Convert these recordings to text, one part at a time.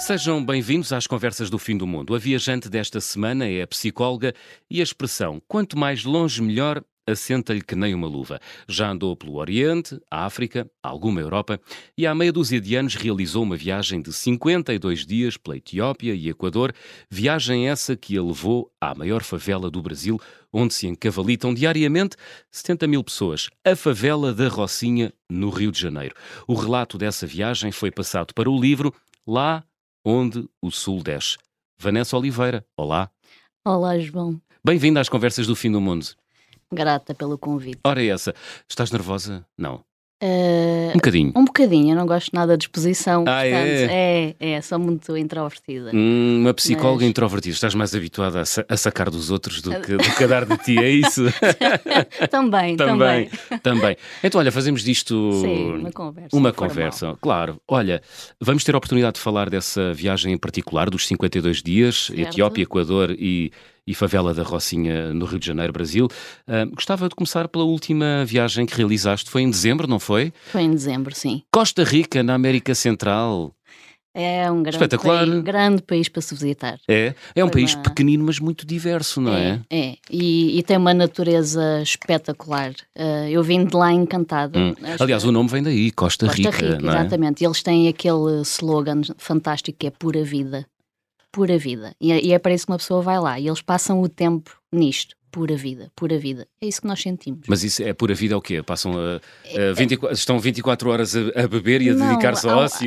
Sejam bem-vindos às Conversas do Fim do Mundo. A viajante desta semana é a psicóloga e a expressão "quanto mais longe melhor" assenta-lhe que nem uma luva. Já andou pelo Oriente, a África, alguma Europa e há meia dúzia de anos realizou uma viagem de 52 dias pela Etiópia e Equador, viagem essa que a levou à maior favela do Brasil, onde se encavalitam diariamente 70 mil pessoas, a favela da Rocinha, no Rio de Janeiro. O relato dessa viagem foi passado para o livro Lá onde o Sul desce. Vanessa Oliveira, olá. Olá, João. Bem-vinda às Conversas do Fim do Mundo. Grata pelo convite. Ora essa, estás nervosa? Não. Um bocadinho. Um bocadinho, eu não gosto nada de exposição, Ah, portanto, sou muito introvertida. Uma psicóloga introvertida, estás mais habituada a sacar dos outros do que a dar de ti, é isso? Também. Então, olha, fazemos disto Sim, uma uma conversa, claro. Olha, vamos ter a oportunidade de falar dessa viagem em particular, dos 52 dias, Certo. Etiópia, Equador e favela da Rocinha, no Rio de Janeiro, Brasil. Gostava de começar pela última viagem que realizaste. Foi em dezembro, não foi? Foi em dezembro, sim. Costa Rica, na América Central. É um Espetacular. grande país para se visitar. É um país pequenino, mas muito diverso, não é? E tem uma natureza espetacular. Eu vim de lá encantada. Aliás, o nome vem daí, Costa Rica, não é? Exatamente. E eles têm aquele slogan fantástico que é pura vida. Pura vida. E é para isso que uma pessoa vai lá. E eles passam o tempo nisto. Pura vida, pura vida. É isso que nós sentimos. Mas isso é pura vida é o quê? Passam estão 24 horas a beber e a dedicar-se ao ócio?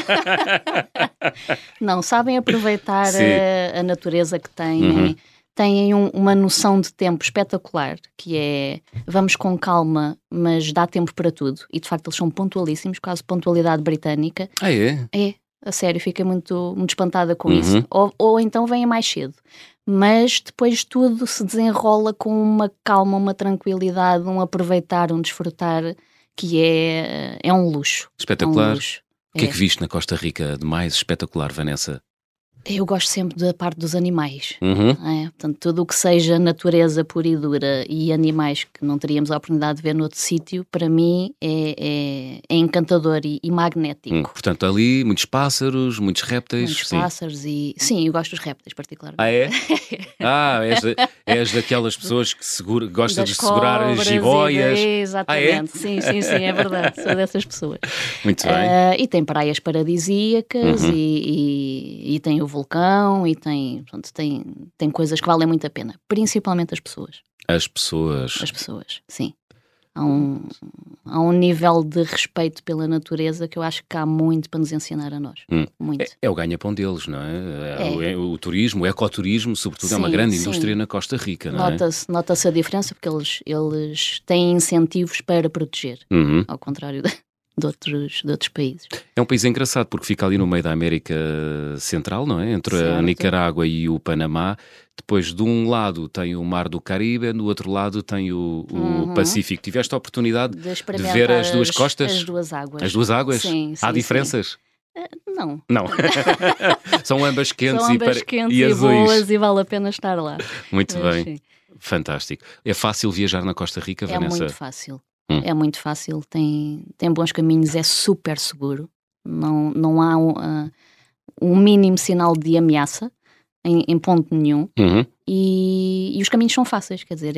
Não, sabem aproveitar a natureza que têm. Têm uma noção de tempo espetacular, que é vamos com calma, mas dá tempo para tudo. E de facto eles são pontualíssimos, quase pontualidade britânica. Ah, é? É. A sério, fiquei muito espantada com isso. Ou então venha mais cedo. Mas depois tudo se desenrola com uma calma, uma tranquilidade, um aproveitar, um desfrutar, que é um luxo. Espetacular. É um luxo. O que é que viste na Costa Rica de mais espetacular, Vanessa? Eu gosto sempre da parte dos animais. Portanto, tudo o que seja natureza pura e dura e animais que não teríamos a oportunidade de ver noutro sítio, para mim é encantador e magnético. Portanto, ali muitos pássaros, muitos répteis. Muitos pássaros e... Sim, eu gosto dos répteis particularmente. Ah, é? És daquelas pessoas que gostam de segurar as jiboias. Exatamente. Sim, é verdade. Sou dessas pessoas. Muito bem. E tem praias paradisíacas e tem o vulcão e tem coisas que valem muito a pena, principalmente as pessoas. As pessoas, sim. Há um nível de respeito pela natureza que eu acho que há muito para nos ensinar a nós. Muito. É o ganha-pão deles, não é? O turismo, o ecoturismo, sobretudo, é uma grande indústria na Costa Rica, não é? Nota-se a diferença porque eles têm incentivos para proteger, ao contrário de outros países. É um país engraçado porque fica ali no meio da América Central, não é? Entre a Nicarágua e o Panamá. Depois, de um lado tem o Mar do Caribe, do outro lado tem o Pacífico. Tiveste a oportunidade de ver as duas costas? As duas águas. As duas águas? Sim, Há diferenças? Não. São ambas quentes e azuis. boas e vale a pena estar lá. Muito bem. Sim. Fantástico. É fácil viajar na Costa Rica, Vanessa? É muito fácil. É muito fácil, tem bons caminhos, é super seguro, não há um mínimo sinal de ameaça em ponto nenhum e os caminhos são fáceis, quer dizer,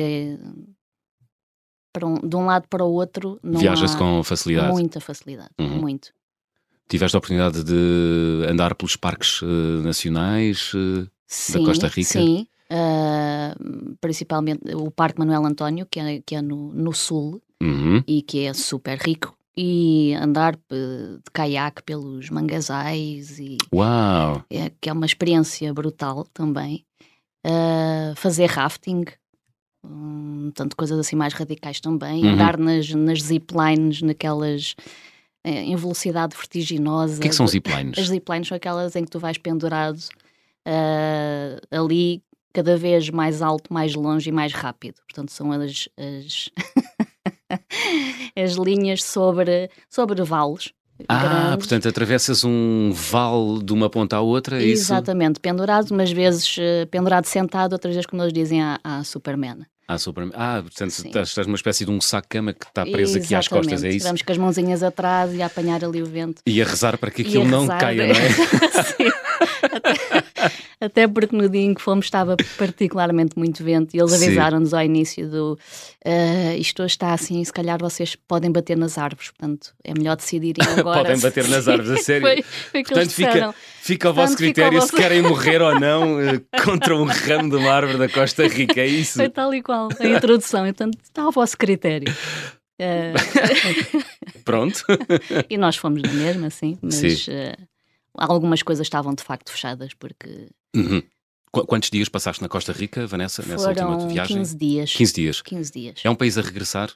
de um lado para o outro não viaja-se com facilidade. Muita facilidade, muito. Tiveste a oportunidade de andar pelos parques nacionais da Costa Rica? Sim, principalmente o Parque Manuel António, que é no sul. E que é super rico, e andar de caiaque pelos manguezais Uau! Que é uma experiência brutal também. Fazer rafting, tanto coisas assim mais radicais também, andar nas ziplines, naquelas em velocidade vertiginosa. O que são ziplines? As ziplines são aquelas em que tu vais pendurado ali cada vez mais alto, mais longe e mais rápido. Portanto, são as as linhas sobre vales grandes. Portanto, atravessas um vale de uma ponta à outra, é isso? Exatamente, pendurado, umas vezes pendurado sentado, outras vezes, como eles dizem, à Superman. Portanto, estás numa espécie de um saco-cama que está preso aqui às costas, é isso? Vamos com as mãozinhas atrás e a apanhar ali o vento. E a rezar para que aquilo não caia, não é? Sim. Até porque no dia em que fomos estava particularmente muito vento e eles avisaram-nos ao início isto hoje está assim, se calhar vocês podem bater nas árvores, portanto é melhor decidirem agora. Podem bater nas árvores, a sério? Foi portanto fica ao vosso critério se querem morrer ou não contra um ramo de uma árvore da Costa Rica, é isso? Foi tal e qual a introdução, portanto está ao vosso critério. Pronto. E nós fomos na mesma, sim, mas algumas coisas estavam de facto fechadas porque... Uhum. Quantos dias passaste na Costa Rica, Vanessa, nessa última viagem? 15 dias. 15 dias. 15 dias. É um país a regressar?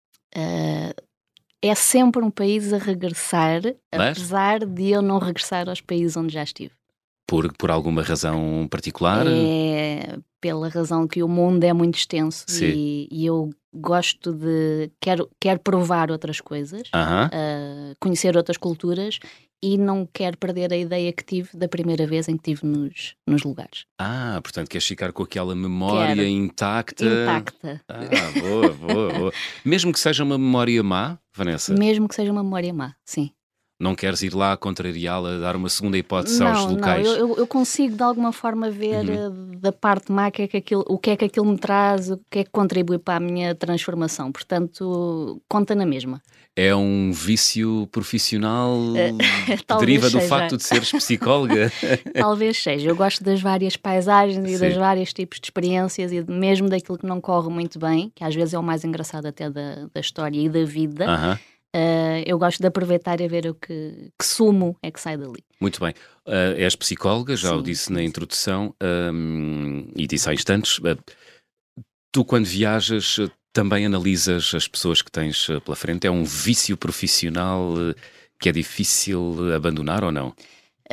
É sempre um país a regressar, apesar de eu não regressar aos países onde já estive. Por alguma razão particular? É pela razão que o mundo é muito extenso e eu gosto de... Quero provar outras coisas, conhecer outras culturas e não quero perder a ideia que tive da primeira vez em que estive nos lugares. Portanto, queres ficar com aquela memória intacta? Intacta. Boa. Mesmo que seja uma memória má, Vanessa? Mesmo que seja uma memória má, sim. Não queres ir lá contrariá-la, dar uma segunda hipótese aos locais? Não, eu consigo de alguma forma ver da parte má o que é que aquilo me traz, o que é que contribui para a minha transformação. Portanto, conta na mesma. É um vício profissional que deriva do facto de seres psicóloga? Talvez seja. Eu gosto das várias paisagens e dos vários tipos de experiências e mesmo daquilo que não corre muito bem, que às vezes é o mais engraçado até da história e da vida. Eu gosto de aproveitar e ver o que sumo é que sai dali. Muito bem. És psicóloga, já o disse na introdução e disse há instantes. Tu, quando viajas, também analisas as pessoas que tens pela frente? É um vício profissional que é difícil abandonar ou não?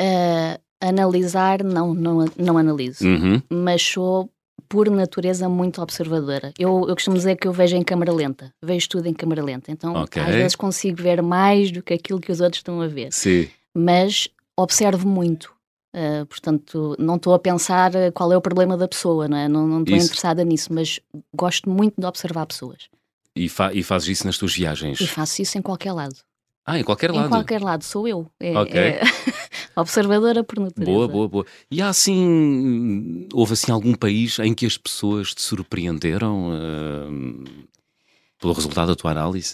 Analisar, não analiso. Mas sou, por natureza, muito observadora. Eu costumo dizer que eu vejo em câmara lenta. Vejo tudo em câmara lenta. Então, às vezes consigo ver mais do que aquilo que os outros estão a ver. Sim. Mas observo muito. Portanto, não estou a pensar qual é o problema da pessoa, não é? Não estou interessada nisso, mas gosto muito de observar pessoas. E fazes isso nas tuas viagens? E faço isso em qualquer lado. Em qualquer lado? Em qualquer lado, sou eu. Observadora por natureza. Boa. E houve assim algum país em que as pessoas te surpreenderam pelo resultado da tua análise?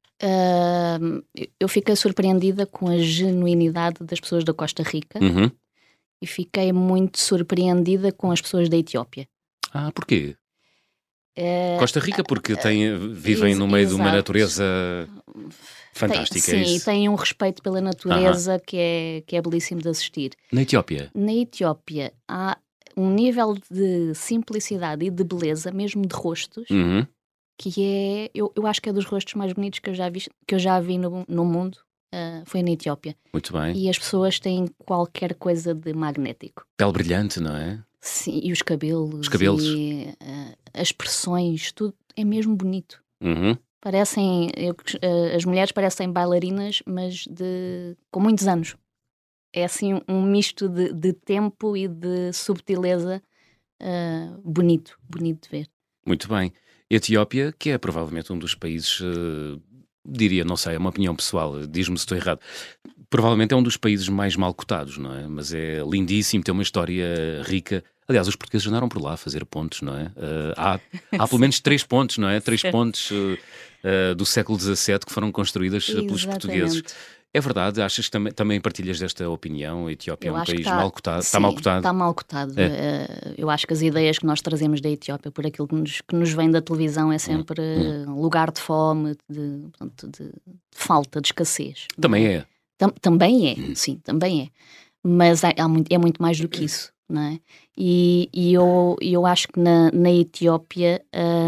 Eu fiquei surpreendida com a genuinidade das pessoas da Costa Rica e fiquei muito surpreendida com as pessoas da Etiópia. Porquê? Costa Rica porque vivem no meio de uma natureza fantástica. Sim, têm um respeito pela natureza que é belíssimo de assistir. Na Etiópia? Na Etiópia há um nível de simplicidade e de beleza, mesmo de rostos, que é, eu acho que é dos rostos mais bonitos que eu já vi no mundo. Foi na Etiópia. Muito bem. E as pessoas têm qualquer coisa de magnético. Pele brilhante, não é? Sim, e os cabelos. E as expressões, tudo é mesmo bonito. Parecem, as mulheres parecem bailarinas, mas com muitos anos. É assim um misto de tempo e de subtileza bonito de ver. Muito bem. Etiópia, que é provavelmente um dos países, diria, não sei, é uma opinião pessoal, diz-me se estou errado, provavelmente é um dos países mais mal cotados, não é? Mas é lindíssimo, tem uma história rica. Aliás, os portugueses andaram por lá a fazer pontes, não é? Há pelo menos 3 pontes, não é? 3 pontes do século XVII que foram construídas pelos portugueses. É verdade? Achas que também partilhas desta opinião? A Etiópia é um país mal cotado? Está mal cotado? Está mal cotado. Eu acho que as ideias que nós trazemos da Etiópia, por aquilo que nos vem da televisão, é sempre lugar de fome, de falta, de escassez. Também é? Também é, sim, também é. Mas é muito mais do que isso, não é? E eu acho que na Etiópia,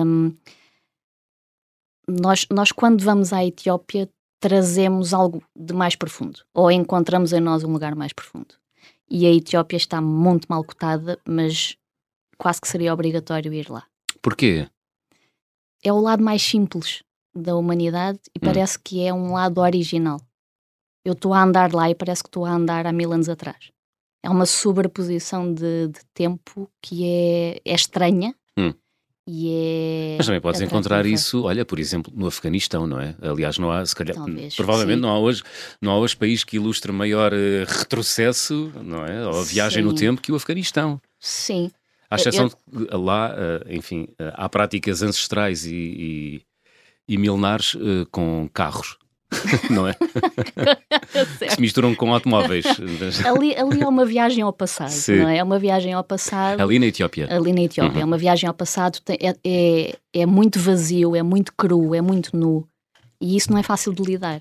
nós quando vamos à Etiópia, trazemos algo de mais profundo, ou encontramos em nós um lugar mais profundo. E a Etiópia está muito mal cotada, mas quase que seria obrigatório ir lá. Porquê? É o lado mais simples da humanidade e parece que é um lado original. Eu estou a andar lá e parece que estou a andar há 1000 anos atrás. É uma sobreposição de tempo que é estranha Mas também podes encontrar isso, olha, por exemplo, no Afeganistão, não é? Aliás, não há, se calhar, provavelmente não há hoje país que ilustre maior retrocesso, não é? Ou viagem no tempo que o Afeganistão. Sim. À exceção de lá, enfim, há práticas ancestrais e milenares com carros. Não é? Que se misturam com automóveis. Ali é uma viagem ao passado, não é? É uma viagem ao passado. Ali na Etiópia. É uma viagem ao passado, é muito vazio, é muito cru, é muito nu. E isso não é fácil de lidar.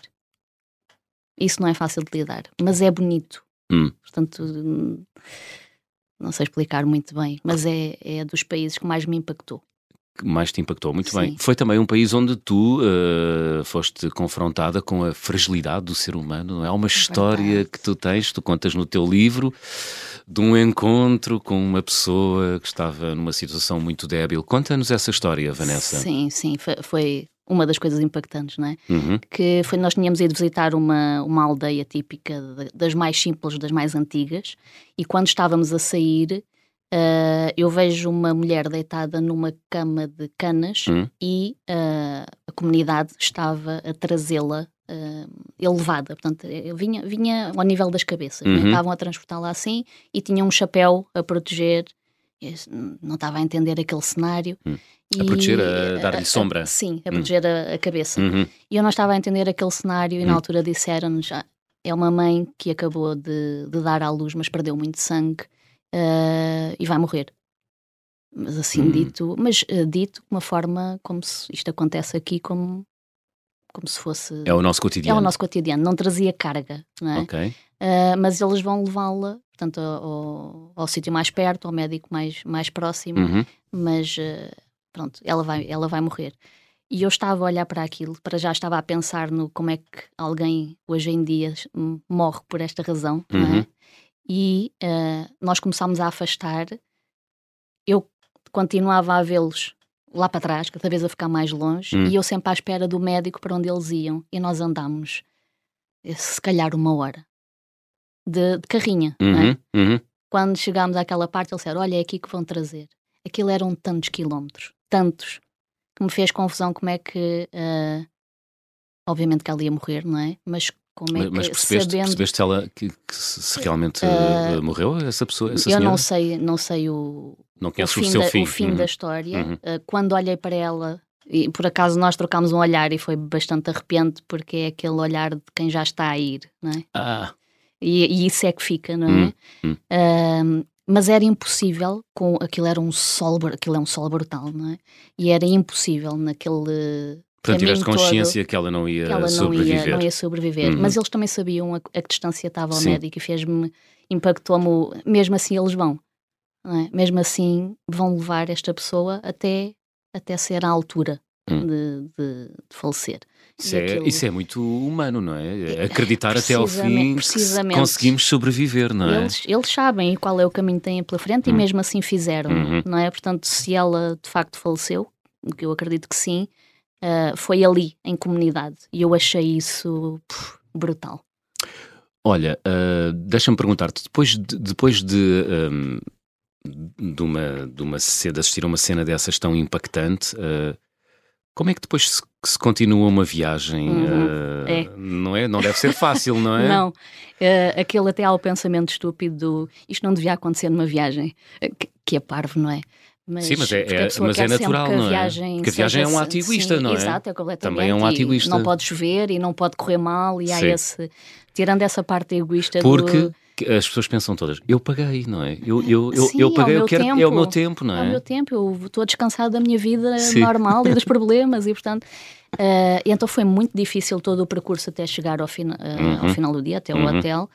Mas é bonito. Portanto, não sei explicar muito bem, mas é dos países que mais me impactou. Que mais te impactou, muito bem. Foi também um país onde tu foste confrontada com a fragilidade do ser humano, não é? Há uma história que tu contas no teu livro, de um encontro com uma pessoa que estava numa situação muito débil. Conta-nos essa história, Vanessa. Sim, foi uma das coisas impactantes, não é? Que foi, nós tínhamos ido visitar uma aldeia típica das mais simples, das mais antigas, e quando estávamos a sair... eu vejo uma mulher deitada numa cama de canas e a comunidade estava a trazê-la elevada, portanto vinha ao nível das cabeças, né? Estavam a transportá-la assim e tinham um chapéu a proteger. Eu não estava a entender aquele cenário. A proteger, a dar-lhe sombra. Sim, a proteger a cabeça. E eu não estava a entender aquele cenário e na altura disseram-nos, é uma mãe que acabou de dar à luz, mas perdeu muito sangue. E vai morrer. Mas assim dito de uma forma como se isto acontece aqui, como se fosse... É o nosso cotidiano. É o nosso cotidiano, não trazia carga, não é? Ok. Mas eles vão levá-la, portanto, ao sítio mais perto, ao médico mais próximo, mas pronto, ela vai morrer. E eu estava a olhar para aquilo, já estava a pensar no como é que alguém hoje em dia morre por esta razão, não é? E nós começámos a afastar, eu continuava a vê-los lá para trás, cada vez a ficar mais longe, e eu sempre à espera do médico para onde eles iam, e nós andámos se calhar 1 hora de carrinha, não é? Quando chegámos àquela parte eles disseram, olha, é aqui que vão trazer. Aquilo eram tantos quilómetros, tantos, que me fez confusão como é que obviamente que ela ia morrer, não é? Mas como é mas percebeste ela que se realmente morreu, essa pessoa, essa senhora? Eu não sei não conheces o fim da história. Quando olhei para ela, e por acaso nós trocámos um olhar e foi bastante arrepiante, porque é aquele olhar de quem já está a ir, não é? E isso é que fica, não é? Mas era impossível, aquilo é um sol brutal, não é? E era impossível naquele... Portanto, tiveste consciência que ela não ia sobreviver. Não ia sobreviver. Mas eles também sabiam a que distância estava ao médico e impactou-me, mesmo assim eles vão. Não é? Mesmo assim vão levar esta pessoa até ser à altura de falecer. Isso é muito humano, não é? Acreditar até ao fim que conseguimos sobreviver, não é? Eles sabem qual é o caminho que têm pela frente e mesmo assim fizeram, não é? Portanto, se ela de facto faleceu, o que eu acredito que sim, foi ali, em comunidade, e eu achei isso brutal. Olha, deixa-me perguntar-te, depois de assistir a uma cena dessas tão impactante, como é que depois se continua uma viagem? Não é? Não deve ser fácil, não é? Não, aquele até há o pensamento estúpido isto não devia acontecer numa viagem, que é parvo, não é? Sim, mas é natural, não é? Porque a viagem é um ato egoísta, não é? Exato, é completamente. Também é um ato egoísta. Não pode chover e não pode correr mal e há tirando essa parte egoísta porque as pessoas pensam todas, eu paguei, não é? Eu paguei, é o meu tempo, não é? É o meu tempo, eu estou a descansar da minha vida normal e dos problemas e portanto... então foi muito difícil todo o percurso até chegar ao final do dia, até o hotel.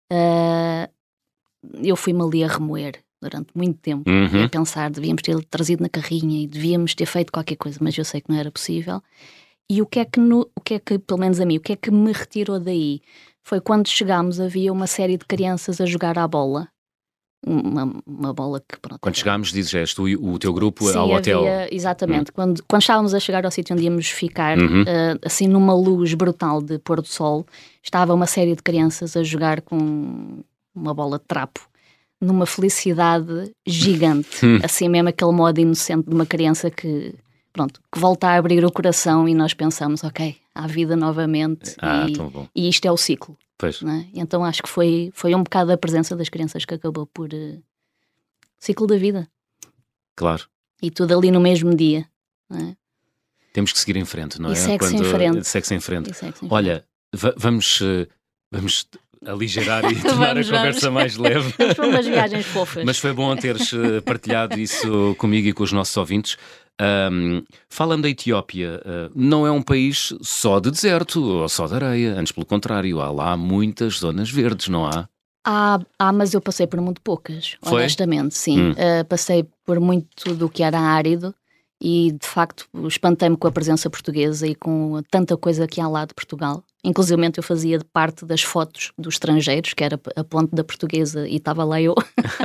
Eu fui-me ali a remoer durante muito tempo, a pensar, devíamos ter trazido na carrinha e devíamos ter feito qualquer coisa, mas eu sei que não era possível. E o que é que pelo menos a mim, o que é que me retirou daí? Foi quando chegámos, havia uma série de crianças a jogar à bola. Uma bola que... Pronto, quando chegámos, dizes, o teu grupo sim, ao hotel. Exatamente. Quando estávamos a chegar ao sítio onde íamos ficar, assim numa luz brutal de pôr do sol, estava uma série de crianças a jogar com uma bola de trapo numa felicidade gigante. Assim mesmo, aquele modo inocente de uma criança que volta a abrir o coração e nós pensamos, ok, há vida novamente tão bom. E isto é o ciclo. Pois. Não é? Então acho que foi um bocado a presença das crianças que acabou por ciclo da vida. Claro. E tudo ali no mesmo dia. Não é? Temos que seguir em frente, não é? Segue-se em frente. Olha, vamos aligerar e tornar a conversa mais leve. Vamos para umas viagens fofas. Mas foi bom teres partilhado isso comigo e com os nossos ouvintes. Falando da Etiópia, não é um país só de deserto ou só de areia, antes pelo contrário, há lá muitas zonas verdes, não há? Mas eu passei por muito poucas, Foi? honestamente, sim. Passei por muito do que era árido e, de facto, espantei-me com a presença portuguesa e com tanta coisa que há lá de Portugal. Inclusive, eu fazia parte das fotos dos estrangeiros, que era a ponte da Portuguesa, e estava lá eu.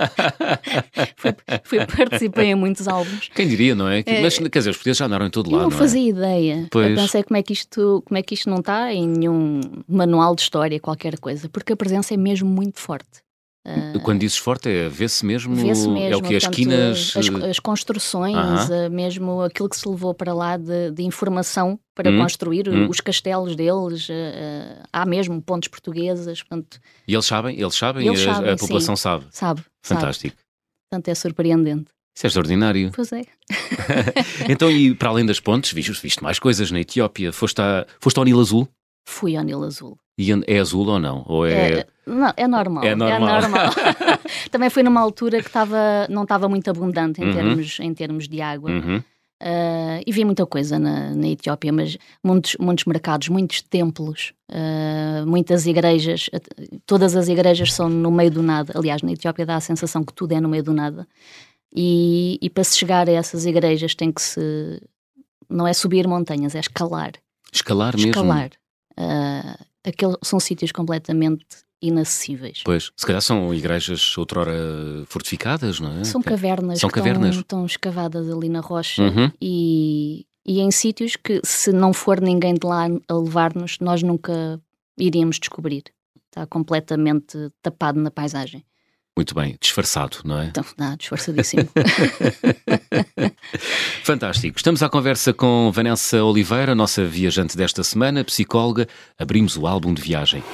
Participei em muitos álbuns. Quem diria, não é? Mas, quer dizer, os portugueses já andaram em todo lado, não é? Eu não fazia ideia. Pois. Eu pensei como é que isto não está em nenhum manual de história, qualquer coisa, porque a presença é mesmo muito forte. Quando dizes forte, vê-se mesmo, é o que? As portanto, esquinas... As construções, mesmo aquilo que se levou para lá de informação para construir os castelos deles, há mesmo pontes portuguesas. Portanto, E eles sabem, a população sabe. Sabe. Fantástico. Portanto, é surpreendente. Isso é extraordinário. Pois é. Então, e para além das pontes, viste mais coisas na Etiópia? Foste ao Nilo Azul? Fui ao Nilo Azul. E é azul ou não? Ou é... Não, é normal. É normal. Também foi numa altura que não estava muito abundante em termos de água. E vi muita coisa na Etiópia, mas muitos mercados, muitos templos, muitas igrejas. Todas as igrejas são no meio do nada. Aliás, na Etiópia dá a sensação que tudo é no meio do nada. E para se chegar a essas igrejas tem que não é subir montanhas, é escalar. Escalar mesmo? Escalar. São sítios completamente inacessíveis. Pois, se calhar são igrejas outrora fortificadas, não é? São cavernas estão escavadas ali na rocha e em sítios que, se não for ninguém de lá a levar-nos, nós nunca iríamos descobrir. Está completamente tapado na paisagem. Muito bem, disfarçado, não é? Então, disfarçadíssimo. Fantástico. Estamos à conversa com Vanessa Oliveira, nossa viajante desta semana, psicóloga. Abrimos o álbum de viagem.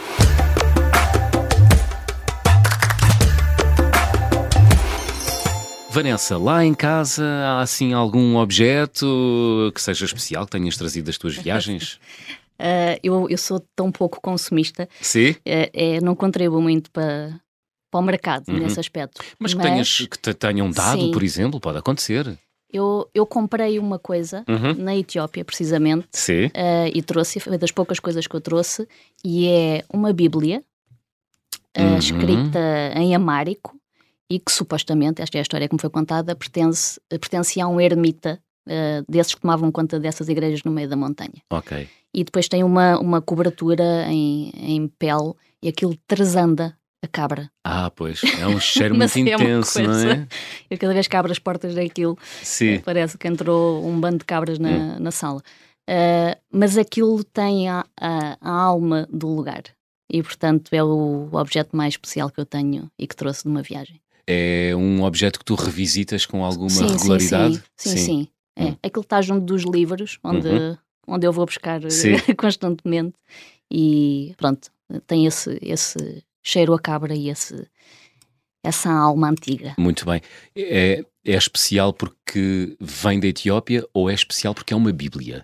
Vanessa, lá em casa há assim algum objeto que seja especial, que tenhas trazido das tuas viagens? Eu sou tão pouco consumista. Sim? Não contribuo muito para o mercado nesse aspecto. Mas que tenham dado, sim, por exemplo, pode acontecer. Eu comprei uma coisa na Etiópia, precisamente, e trouxe, foi das poucas coisas que eu trouxe, e é uma Bíblia escrita em amárico e que supostamente, esta é a história que me foi contada, pertencia a um ermita desses que tomavam conta dessas igrejas no meio da montanha. Ok. E depois tem uma cobertura em pele e aquilo tresanda a cabra. Pois, é um cheiro muito intenso, não é? Eu cada vez que abro as portas daquilo, parece que entrou um bando de cabras na sala. Mas aquilo tem a alma do lugar. E, portanto, é o objeto mais especial que eu tenho e que trouxe de uma viagem. É um objeto que tu revisitas com alguma regularidade? Sim. Aquilo está junto dos livros, onde eu vou buscar constantemente. E, pronto, tem esse cheiro a cabra e essa alma antiga. Muito bem. É especial porque vem da Etiópia ou é especial porque é uma Bíblia?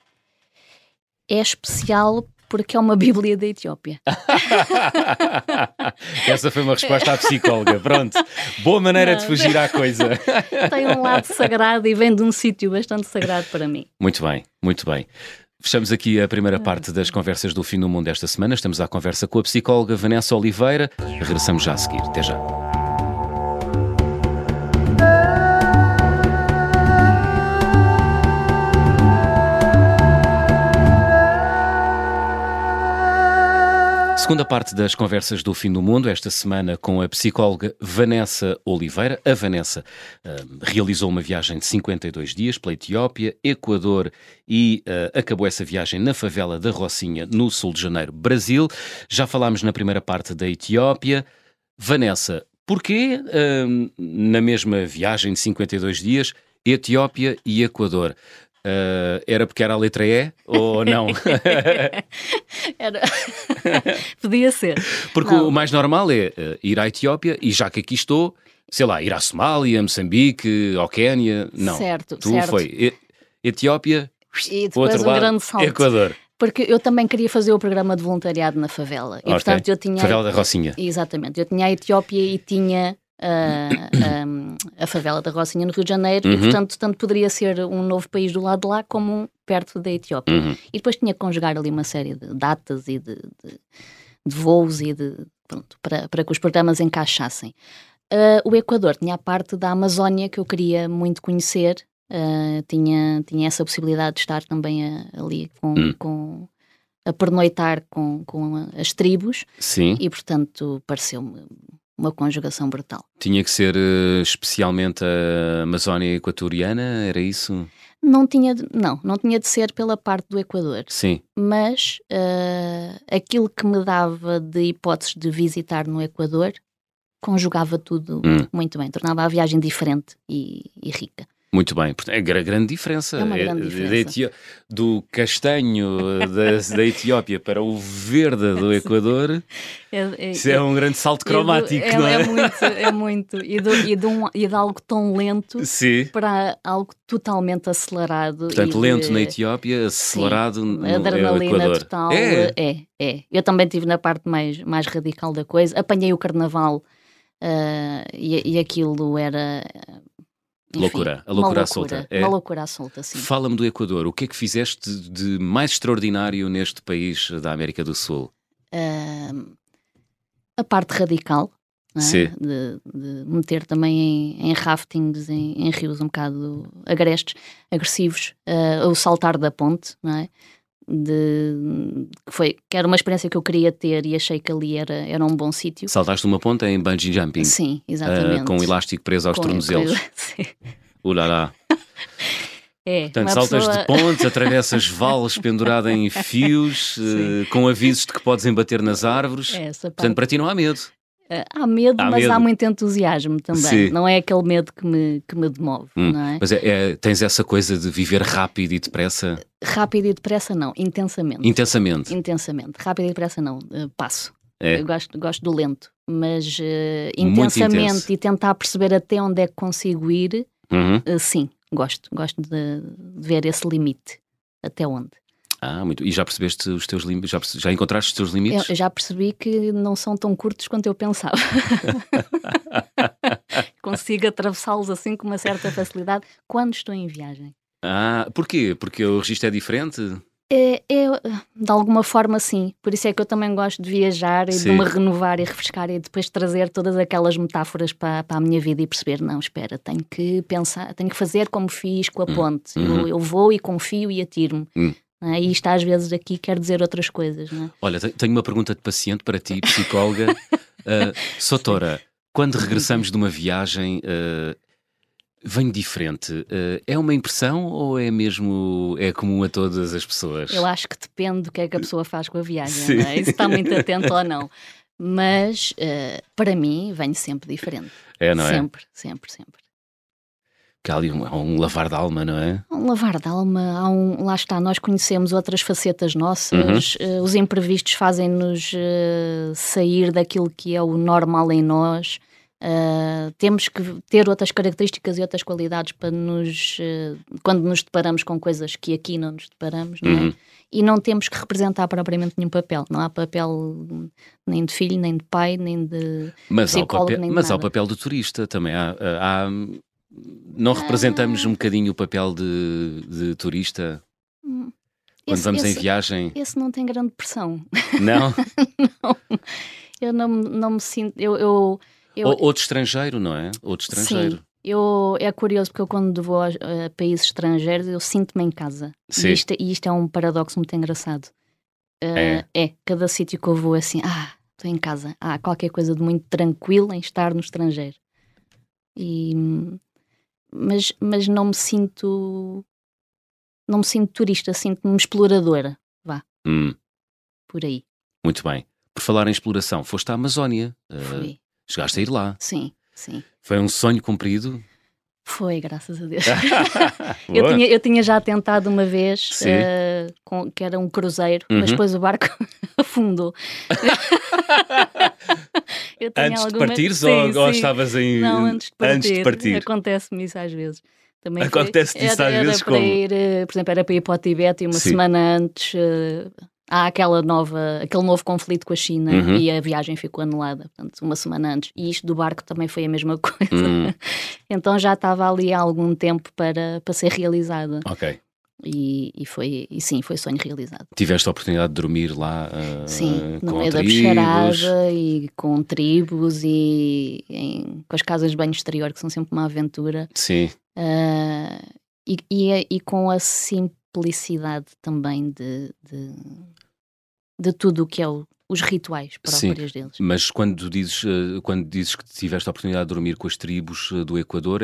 É especial porque é uma Bíblia da Etiópia. Essa foi uma resposta à psicóloga. Pronto. Boa maneira de fugir à coisa. Tem um lado sagrado e vem de um sítio bastante sagrado para mim. Muito bem, muito bem. Fechamos aqui a primeira parte das conversas do Fim do Mundo esta semana. Estamos à conversa com a psicóloga Vanessa Oliveira. Regressamos já a seguir. Até já. Segunda parte das conversas do Fim do Mundo, esta semana com a psicóloga Vanessa Oliveira. A Vanessa realizou uma viagem de 52 dias pela Etiópia, Equador e acabou essa viagem na favela da Rocinha, no sul de Janeiro, Brasil. Já falámos na primeira parte da Etiópia. Vanessa, Porquê, na mesma viagem de 52 dias, Etiópia e Equador? Era porque era a letra E ou não? Era... Podia ser. Porque o mais normal é ir à Etiópia e já que aqui estou, sei lá, ir à Somália, Moçambique, ao Quénia. Não, certo. Foi Etiópia, e depois outro lado, grande salto. Equador. Porque eu também queria fazer o programa de voluntariado na favela. E, portanto, eu tinha... Favela da Rocinha. Exatamente. Eu tinha a Etiópia e tinha a favela da Rocinha no Rio de Janeiro. E, portanto, tanto poderia ser um novo país do lado de lá como perto da Etiópia. E depois tinha que conjugar ali uma série de datas e de voos e pronto, para que os programas encaixassem. O Equador tinha a parte da Amazónia que eu queria muito conhecer. Tinha essa possibilidade de estar também ali a pernoitar com as tribos. Sim. E portanto pareceu-me uma conjugação brutal. Tinha que ser especialmente a Amazónia equatoriana, era isso? Não tinha de ser pela parte do Equador. Sim. Mas aquilo que me dava de hipóteses de visitar no Equador conjugava tudo muito bem, tornava a viagem diferente e rica. Muito bem, é grande diferença. É uma grande diferença. Do castanho da Etiópia para o verde do Equador, isso é um grande salto cromático, não é? É muito. E de algo tão lento Sim. para algo totalmente acelerado. Portanto, lento na Etiópia, acelerado no adrenalina Equador. Total. É. Eu também estive na parte mais radical da coisa. Apanhei o carnaval e aquilo era... Enfim, a loucura à solta. Uma loucura à solta, sim. Fala-me do Equador. O que é que fizeste de mais extraordinário neste país da América do Sul? A parte radical, não é? Sim. De meter também em raftings, em rios um bocado agressivos, o saltar da ponte, não é? Que era uma experiência que eu queria ter e achei que ali era um bom sítio. Saltaste uma ponta em bungee jumping? Sim, exatamente. Com um elástico preso aos tornozelos. Sim. Ulala. Portanto, saltas de pontes, atravessas vales pendurada em fios, com avisos de que podes embater nas árvores. Portanto, para ti não há medo. Há medo, mas há muito entusiasmo também. Sim. Não é aquele medo que me demove, não é? Mas tens essa coisa de viver rápido e depressa? Rápido e depressa não, intensamente. Intensamente. Rápido e depressa não, passo. Eu gosto do lento, mas intensamente e tentar perceber até onde é que consigo ir, sim, gosto de ver esse limite, até onde. Muito. E já percebeste os teus limites? Já encontraste os teus limites? Eu já percebi que não são tão curtos quanto eu pensava. Consigo atravessá-los assim com uma certa facilidade quando estou em viagem. Porquê? Porque o registro é diferente? De alguma forma sim, por isso é que eu também gosto de viajar e de me renovar e refrescar e depois trazer todas aquelas metáforas para a minha vida e perceber, não, espera, tenho que pensar, tenho que fazer como fiz com a ponte, eu vou e confio e atiro-me. E isto às vezes aqui quer dizer outras coisas, não é? Olha, tenho uma pergunta de paciente para ti, psicóloga. Soutora, quando regressamos de uma viagem, vem diferente. É uma impressão ou é comum a todas as pessoas? Eu acho que depende do que é que a pessoa faz com a viagem, não é? E se está muito atento ou não. Mas, para mim, vem sempre diferente. Não é? Sempre. Que há ali um lavar de alma, não é? Um lavar de alma, lá está, nós conhecemos outras facetas nossas, os imprevistos fazem-nos sair daquilo que é o normal em nós, temos que ter outras características e outras qualidades para quando nos deparamos com coisas que aqui não nos deparamos, não é? E não temos que representar propriamente nenhum papel, não há papel nem de filho, nem de pai, nem de psicólogo, nem de nada. Mas há o papel do turista também, não representamos um bocadinho o papel de turista quando vamos em viagem? Esse não tem grande pressão. Não? Não. Eu não me sinto... Ou de estrangeiro, não é? Ou de estrangeiro. Sim. É curioso porque eu quando vou a países estrangeiros eu sinto-me em casa. Sim. E isto é um paradoxo muito engraçado. Cada sítio que eu vou é assim, estou em casa. Há qualquer coisa de muito tranquilo em estar no estrangeiro. Mas não me sinto turista, sinto-me exploradora, por aí. Muito bem. Por falar em exploração, foste à Amazónia. Fui. Chegaste a ir lá. Sim, sim. Foi um sonho cumprido? Foi, graças a Deus. eu tinha já tentado uma vez, que era um cruzeiro, mas depois o barco afundou. Antes de partires ou estavas em... Não, antes de partir. partir. Acontece-me isso às vezes. Também Acontece-te isso às vezes como? Por exemplo, era para ir para o Tibete e uma semana antes há aquele novo conflito com a China e a viagem ficou anulada, portanto, uma semana antes. E isto do barco também foi a mesma coisa. Então já estava ali há algum tempo para ser realizada. Ok. E sim, foi sonho realizado. Tiveste a oportunidade de dormir lá sim, com no meio da bicharada e com tribos e com as casas de banho exterior, que são sempre uma aventura. Sim. E com a simplicidade também de tudo o que é os rituais próprios deles. Mas quando dizes que tiveste a oportunidade de dormir com as tribos do Equador,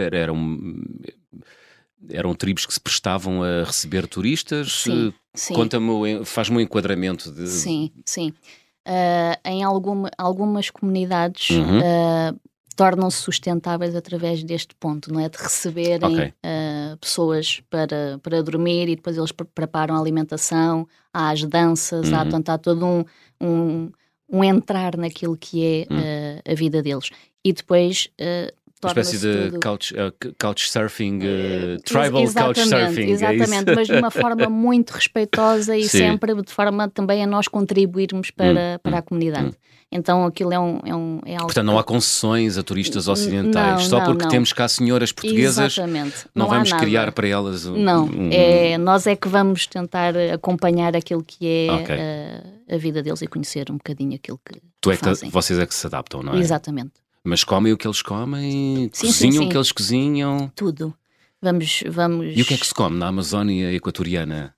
eram tribos que se prestavam a receber turistas? Sim. Faz-me um enquadramento. Sim. Em algumas comunidades tornam-se sustentáveis através deste ponto, não é? De receberem pessoas para dormir e depois eles preparam a alimentação, há as danças, há todo um entrar naquilo que é a vida deles. E depois uma espécie de couchsurfing, tribal couchsurfing. Exatamente, mas de uma forma muito respeitosa e sempre de forma também a nós contribuirmos para a comunidade. Então aquilo é algo... Portanto, não há concessões a turistas ocidentais, só porque temos cá senhoras portuguesas. Exatamente. Não vamos criar para elas nós é que vamos tentar acompanhar aquilo que é a vida deles e conhecer um bocadinho aquilo que fazem. Vocês é que se adaptam, não é? Exatamente. Mas comem o que eles comem? Cozinham o que eles cozinham? Tudo. Vamos... E o que é que se come na Amazónia equatoriana?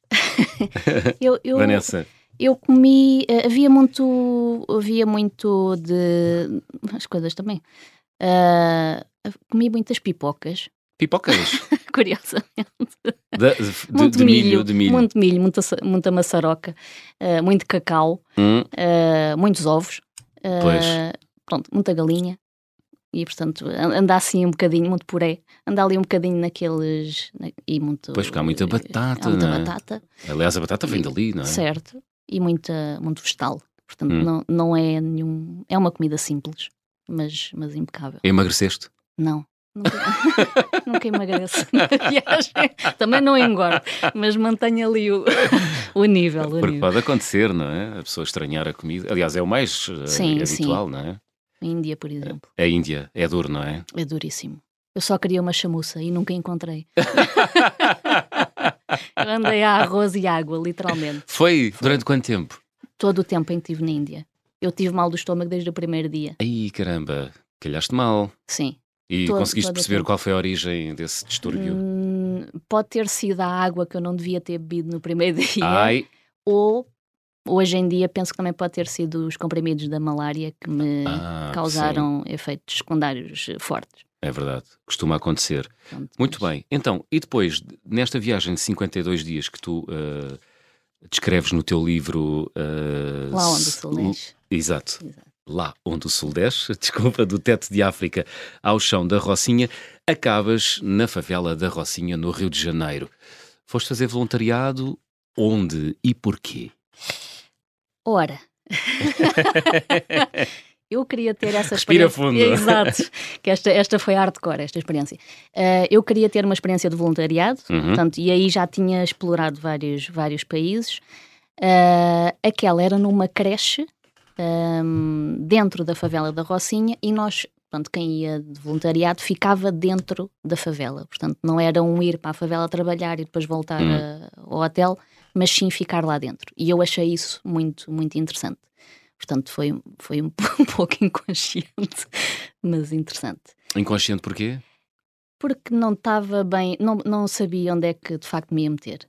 Vanessa? Eu comi... Havia muito de... as coisas também. Comi muitas pipocas. Pipocas? Curiosamente. De milho. Muito milho, muita maçaroca, muito cacau, muitos ovos. Pois. Pronto, muita galinha e, portanto, andar assim um bocadinho, muito puré, andar ali um bocadinho naqueles... e muito... Pois, porque há muita batata, muita batata. Aliás, a batata vem dali, não é? Certo, e muito vegetal. Portanto, não é nenhum... É uma comida simples, mas impecável. Emagreceste? Não. Nunca emagreço na viagem. Também não engordo, mas mantenho ali o nível. Porque pode acontecer, não é? A pessoa estranhar a comida. Aliás, é o mais habitual, não é? A Índia, por exemplo. A Índia é duro, não é? É duríssimo. Eu só queria uma chamuça e nunca encontrei. Eu andei a arroz e água, literalmente. Foi? Durante quanto tempo? Todo o tempo em que estive na Índia. Eu tive mal do estômago desde o primeiro dia. Ai, caramba, calhaste mal. Sim. E conseguiste perceber qual foi a origem desse distúrbio? Pode ter sido a água que eu não devia ter bebido no primeiro dia. Ai. Ou, hoje em dia, penso que também pode ter sido os comprimidos da malária que me causaram efeitos secundários fortes. É verdade, costuma acontecer. Pronto, muito bem. Então, e depois, nesta viagem de 52 dias que tu descreves no teu livro... Lá onde o sol desce. Exato. Lá onde o sol desce, desculpa, do teto de África ao chão da Rocinha, acabas na favela da Rocinha, no Rio de Janeiro. Foste fazer voluntariado onde e porquê? Ora... Eu queria ter essa experiência. Respira fundo. Exato, que esta foi hardcore, esta experiência. Eu queria ter uma experiência de voluntariado, portanto, e aí já tinha explorado vários países. Aquela era numa creche dentro da favela da Rocinha e nós, portanto, quem ia de voluntariado ficava dentro da favela. Portanto, não era ir para a favela trabalhar e depois voltar ao hotel, mas sim ficar lá dentro. E eu achei isso muito, muito interessante. Portanto, foi um pouco inconsciente, mas interessante. Inconsciente porquê? Porque não estava bem, não sabia onde é que de facto me ia meter.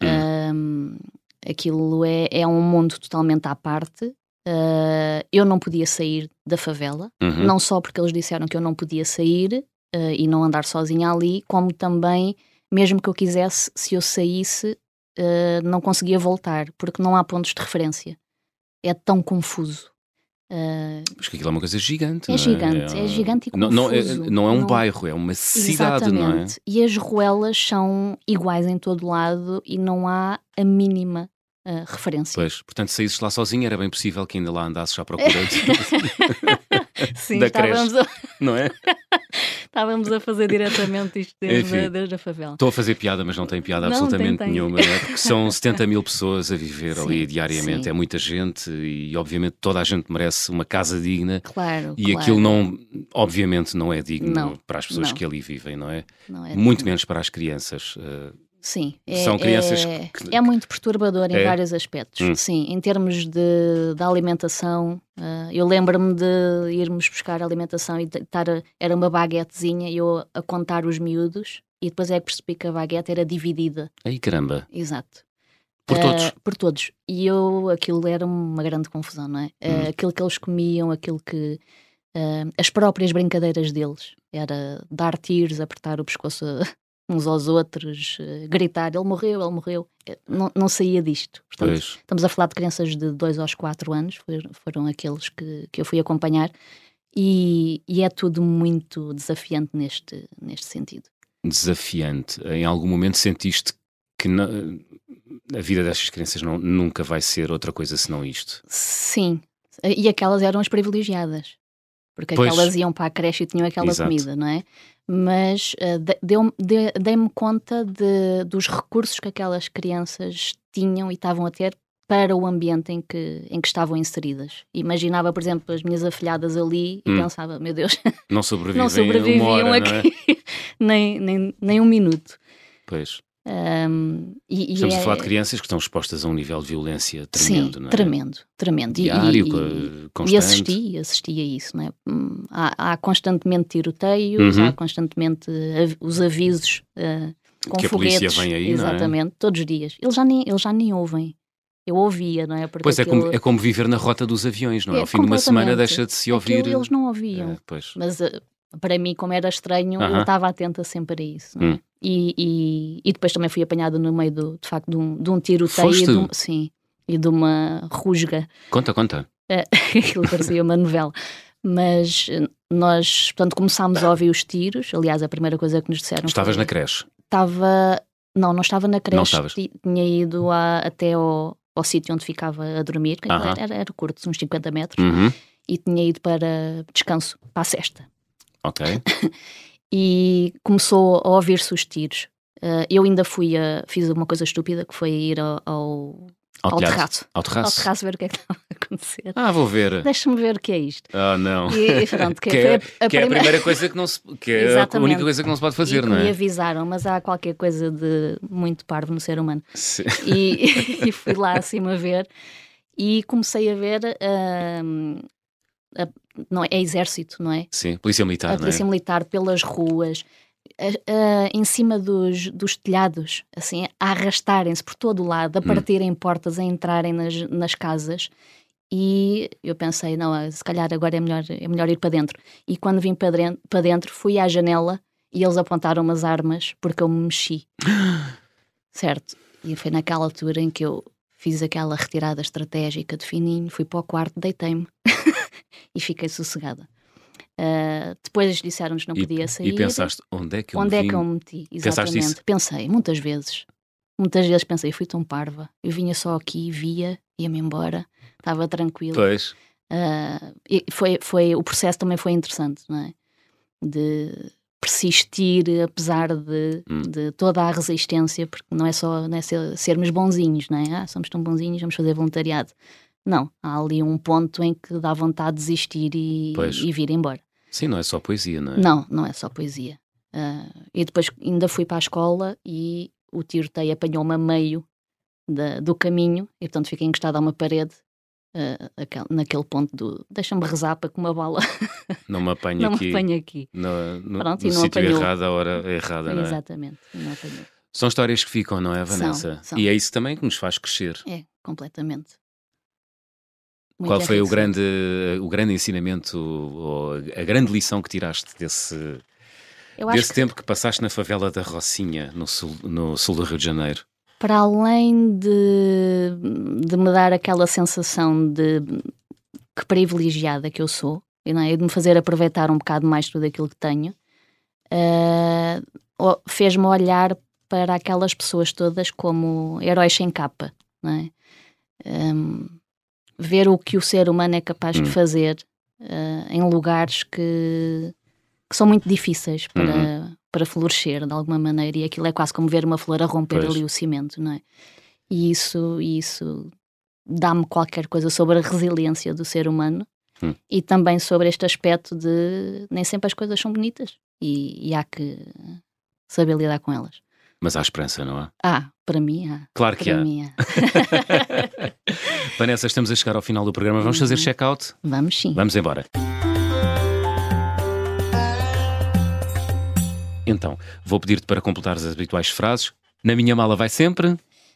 Aquilo é um mundo totalmente à parte. Eu não podia sair da favela, não só porque eles disseram que eu não podia sair e não andar sozinha ali, como também, mesmo que eu quisesse, se eu saísse, não conseguia voltar, porque não há pontos de referência. É tão confuso. Porque aquilo é uma coisa gigante. É gigante, é gigante e confuso. Não é um bairro, é uma cidade, exatamente. Não é? E as ruelas são iguais em todo lado e não há a mínima referência. Pois, portanto, se saísses lá sozinho, era bem possível que ainda lá andasses à procura Sim, da creche, não é? Estávamos a fazer diretamente isto desde a favela. Estou a fazer piada, mas não tem piada absolutamente nenhuma, não é? Porque são 70 mil pessoas a viver ali diariamente, é muita gente e obviamente toda a gente merece uma casa digna. Claro, e aquilo obviamente não é digno para as pessoas que ali vivem, não é? Não é muito digno. Menos para as crianças. Sim, são crianças que é muito perturbador em vários aspectos. Sim, em termos da alimentação, eu lembro-me de irmos buscar alimentação e era uma baguetezinha e eu a contar os miúdos e depois é que percebi que a baguete era dividida. Ai, caramba! Exato. Por todos? Por todos. E aquilo era uma grande confusão, não é? Aquilo que eles comiam, aquilo que... as próprias brincadeiras deles. Era dar tiros, apertar o pescoço uns aos outros, gritar, ele morreu. Não saía disto. Portanto, estamos a falar de crianças de 2 aos 4 anos, foram aqueles que eu fui acompanhar, e é tudo muito desafiante neste sentido. Desafiante. Em algum momento sentiste que a vida destas crianças nunca vai ser outra coisa senão isto? Sim, e aquelas eram as privilegiadas, porque aquelas iam para a creche e tinham aquela comida, não é? Mas dei-me conta dos recursos que aquelas crianças tinham e estavam a ter para o ambiente em que estavam inseridas. Imaginava, por exemplo, as minhas afilhadas ali e pensava, meu Deus, não sobreviviam uma hora, aqui, não é? nem um minuto. Pois. Estamos a falar de crianças que estão expostas a um nível de violência tremendo, sim, não é? Tremendo. Diário, constante. E assisti a isso, não é? Há constantemente tiroteios, há constantemente os avisos com que foguetes. A polícia vem aí, exatamente, não é? todos os dias. Eles já nem ouvem. Eu ouvia, não é? Porque pois é como viver na rota dos aviões, não é? Ao fim de uma semana deixa de se ouvir. Eles não ouviam. Mas para mim, como era estranho, eu estava atenta sempre a isso, não é? E depois também fui apanhada no meio de facto de um tiroteio e de uma rusga. Conta. Aquilo parecia uma novela. Mas nós, portanto, começámos a ouvir os tiros. Aliás, a primeira coisa que nos disseram Estavas na creche? Não estava na creche. Não estavas? Tinha ido até ao sítio onde ficava a dormir, que era curto, uns 50 metros, e tinha ido para descanso, para a sesta. Ok. E começou a ouvir-se os tiros. Eu ainda fiz uma coisa estúpida, que foi ir ao terraço. Ao terraço ver o que é que estava a acontecer. Vou ver. Deixa-me ver o que é isto. Não. E pronto, que é a primeira coisa que não se... Que é a única coisa que não se pode fazer, não é? Me avisaram, mas há qualquer coisa de muito parvo no ser humano. Sim. E fui lá acima ver e comecei a ver... não, é exército, não é? Sim, polícia militar, a polícia militar pelas ruas, em cima dos telhados, assim, a arrastarem-se por todo o lado, a partirem portas, a entrarem nas casas. E eu pensei, não, se calhar agora é melhor ir para dentro. E quando vim para dentro, fui à janela e eles apontaram umas armas porque eu me mexi. Certo? E foi naquela altura em que eu fiz aquela retirada estratégica de fininho, fui para o quarto, deitei-me e fiquei sossegada. Depois disseram-nos que não podia sair. E pensaste, onde é que eu me meti? Exatamente. Pensei, muitas vezes pensei, fui tão parva. Eu vinha só aqui, ia-me embora, estava tranquilo. Pois. O processo também foi interessante, não é? De persistir, apesar de toda a resistência, porque não é só sermos bonzinhos, não é? Somos tão bonzinhos, vamos fazer voluntariado. Não, há ali um ponto em que dá vontade de desistir e vir embora. Sim, não é só poesia, não é? Não é só poesia. E depois ainda fui para a escola e o tiroteio apanhou-me a meio do caminho e portanto fiquei encostada a uma parede, naquele ponto do deixa-me rezar para que uma bala não me apanhe aqui. No sítio errado, a hora errada, não é? Exatamente, não apanhou. São histórias que ficam, não é, Vanessa? São. E é isso também que nos faz crescer. É, completamente. Qual foi o grande ensinamento, ou a grande lição que tiraste desse tempo que passaste na favela da Rocinha, no sul do Rio de Janeiro? Para além de me dar aquela sensação de que privilegiada que eu sou, não é? E de me fazer aproveitar um bocado mais tudo aquilo que tenho, fez-me olhar para aquelas pessoas todas como heróis sem capa, não é? Ver o que o ser humano é capaz de fazer em lugares que são muito difíceis para florescer de alguma maneira, e aquilo é quase como ver uma flor a romper ali o cimento, não é? E isso dá-me qualquer coisa sobre a resiliência do ser humano e também sobre este aspecto de nem sempre as coisas são bonitas e há que saber lidar com elas. Mas há esperança, não há? Para mim há. Claro que há. Vanessa, estamos a chegar ao final do programa. Vamos fazer check-out? Vamos sim. Vamos embora. Então, vou pedir-te para completar as habituais frases. Na minha mala vai sempre...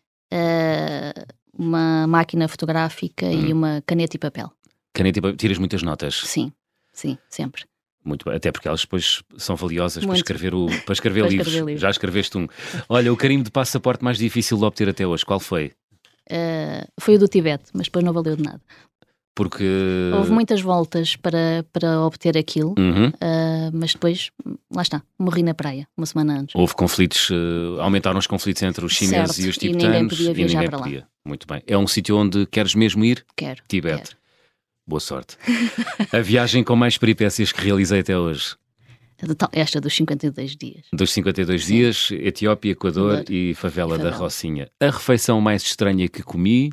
uma máquina fotográfica e uma caneta e papel. Caneta e papel. Tiras muitas notas? Sim, sempre. Muito bem, até porque elas depois são valiosas para escrever livros. Já escreveste um. Olha, o carimbo de passaporte mais difícil de obter até hoje, qual foi? Foi o do Tibete, mas depois não valeu de nada. Porque... Houve muitas voltas para obter aquilo, mas depois, lá está, morri na praia, uma semana antes. Houve conflitos, aumentaram os conflitos entre os chineses e os tibetanos. E ninguém podia viajar para lá. Muito bem. É um sítio onde queres mesmo ir? Quero. Tibete. Quero. Boa sorte. A viagem com mais peripécias que realizei até hoje? Esta dos 52 dias. Dos 52 dias, Etiópia, Equador e Favela da Rocinha. A refeição mais estranha que comi?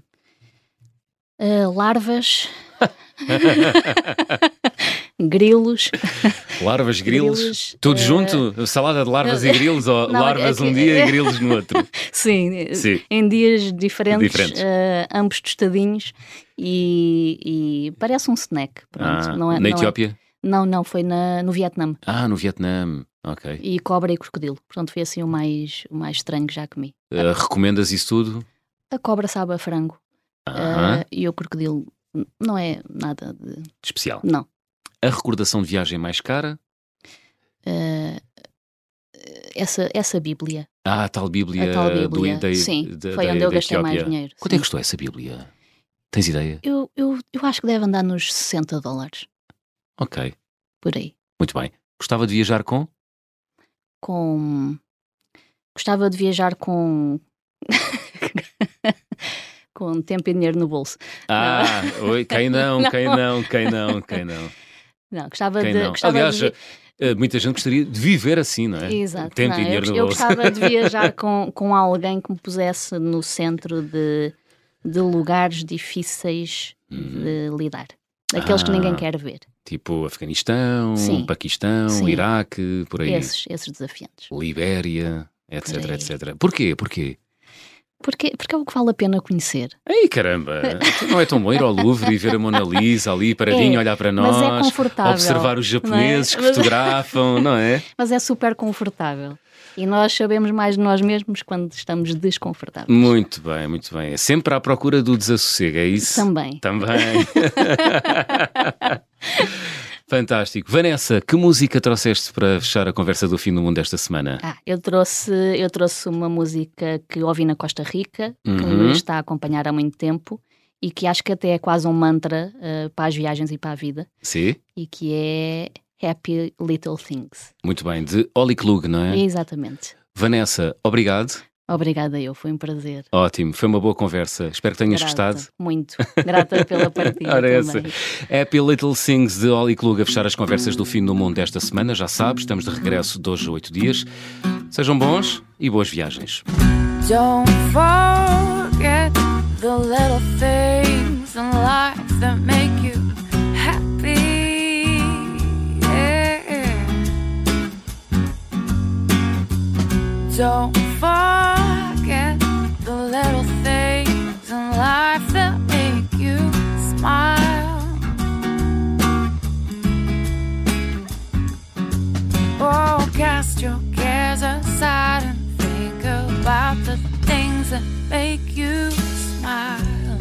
Larvas, grilos. Larvas, grilos, tudo junto? Salada de larvas e grilos ou não, larvas um dia e grilos no outro? Sim, em dias diferentes. Ambos tostadinhos e parece um snack. Pronto. Na Etiópia? Não, foi no Vietnã. No Vietnã, ok. E cobra e crocodilo, portanto foi assim o mais estranho que já comi. Recomendas isso tudo? A cobra sabe a frango. E o crocodilo não é nada de especial. Não. A recordação de viagem mais cara? Essa Bíblia. A tal Bíblia. Sim, foi onde eu gastei mais dinheiro. Quanto é que custou essa Bíblia? Tens ideia? Eu acho que deve andar nos $60. Ok. Por aí. Muito bem. Gostava de viajar com? Gostava de viajar com tempo e dinheiro no bolso. Oi, quem não? Não, gostava de... Aliás, muita gente gostaria de viver assim, não é? Exato. Tempo e dinheiro no bolso. Eu gostava de viajar com alguém que me pusesse no centro de lugares difíceis de lidar. Daqueles que ninguém quer ver. Tipo Afeganistão, Paquistão, Iraque, por aí. Esses desafiantes. Libéria, etc. Porquê? Porque é o que vale a pena conhecer. Ei, caramba! Não é tão bom ir ao Louvre e ver a Mona Lisa ali paradinho, olhar para nós, mas é confortável, observar os japoneses que fotografam, não é? Mas é super confortável. E nós sabemos mais de nós mesmos quando estamos desconfortáveis. Muito bem, muito bem. É sempre à procura do desassossego, é isso? Também. Fantástico. Vanessa, que música trouxeste para fechar a conversa do fim do mundo esta semana? Eu trouxe uma música que ouvi na Costa Rica, que me está a acompanhar há muito tempo e que acho que até é quase um mantra para as viagens e para a vida. Sim. E que é Happy Little Things. Muito bem, de Oli Klug, não é? Exatamente. Vanessa, obrigado. Obrigada foi um prazer. Ótimo, foi uma boa conversa. Espero que tenhas gostado. Muito. Grata pela partida também. Happy Little Things de Oli Klug a fechar as conversas do fim do mundo desta semana. Já sabes, estamos de regresso de hoje a 8 dias. Sejam bons e boas viagens. Don't forget the little things in life that make you happy. Yeah. Don't forget the little things in life that make you smile. Oh, cast your cares aside and think about the things that make you smile.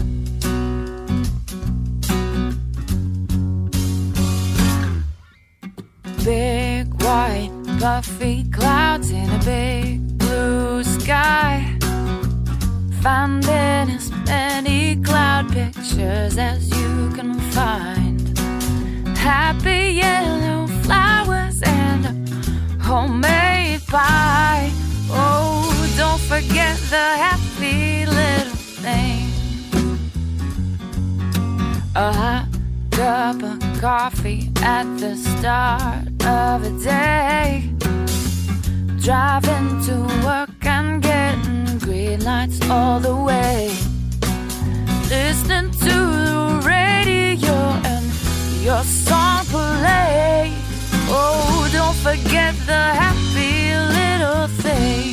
Big white puffy clouds in a big blue sky. Find in as many cloud pictures as you can find. happy yellow flowers and a homemade pie. Oh, don't forget the happy little things. A hot cup of coffee at the start of the day. Driving to work and getting green lights all the way. Listening to the radio and your song play. Oh, don't forget the happy little things.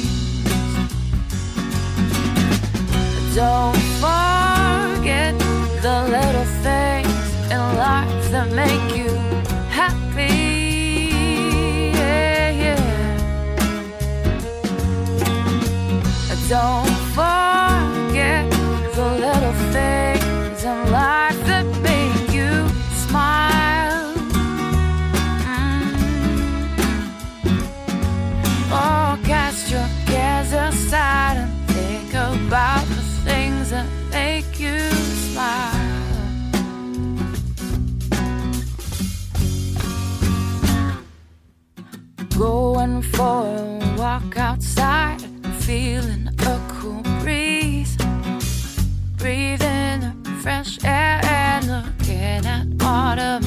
Don't forget the little things in life that make you happy. Yeah, yeah. Don't forget the little things in life that make you smile. Oh, cast your cares aside and think about the things that make you smile. Going for a walk outside, feeling a cool breeze, breathing the fresh air and looking at autumn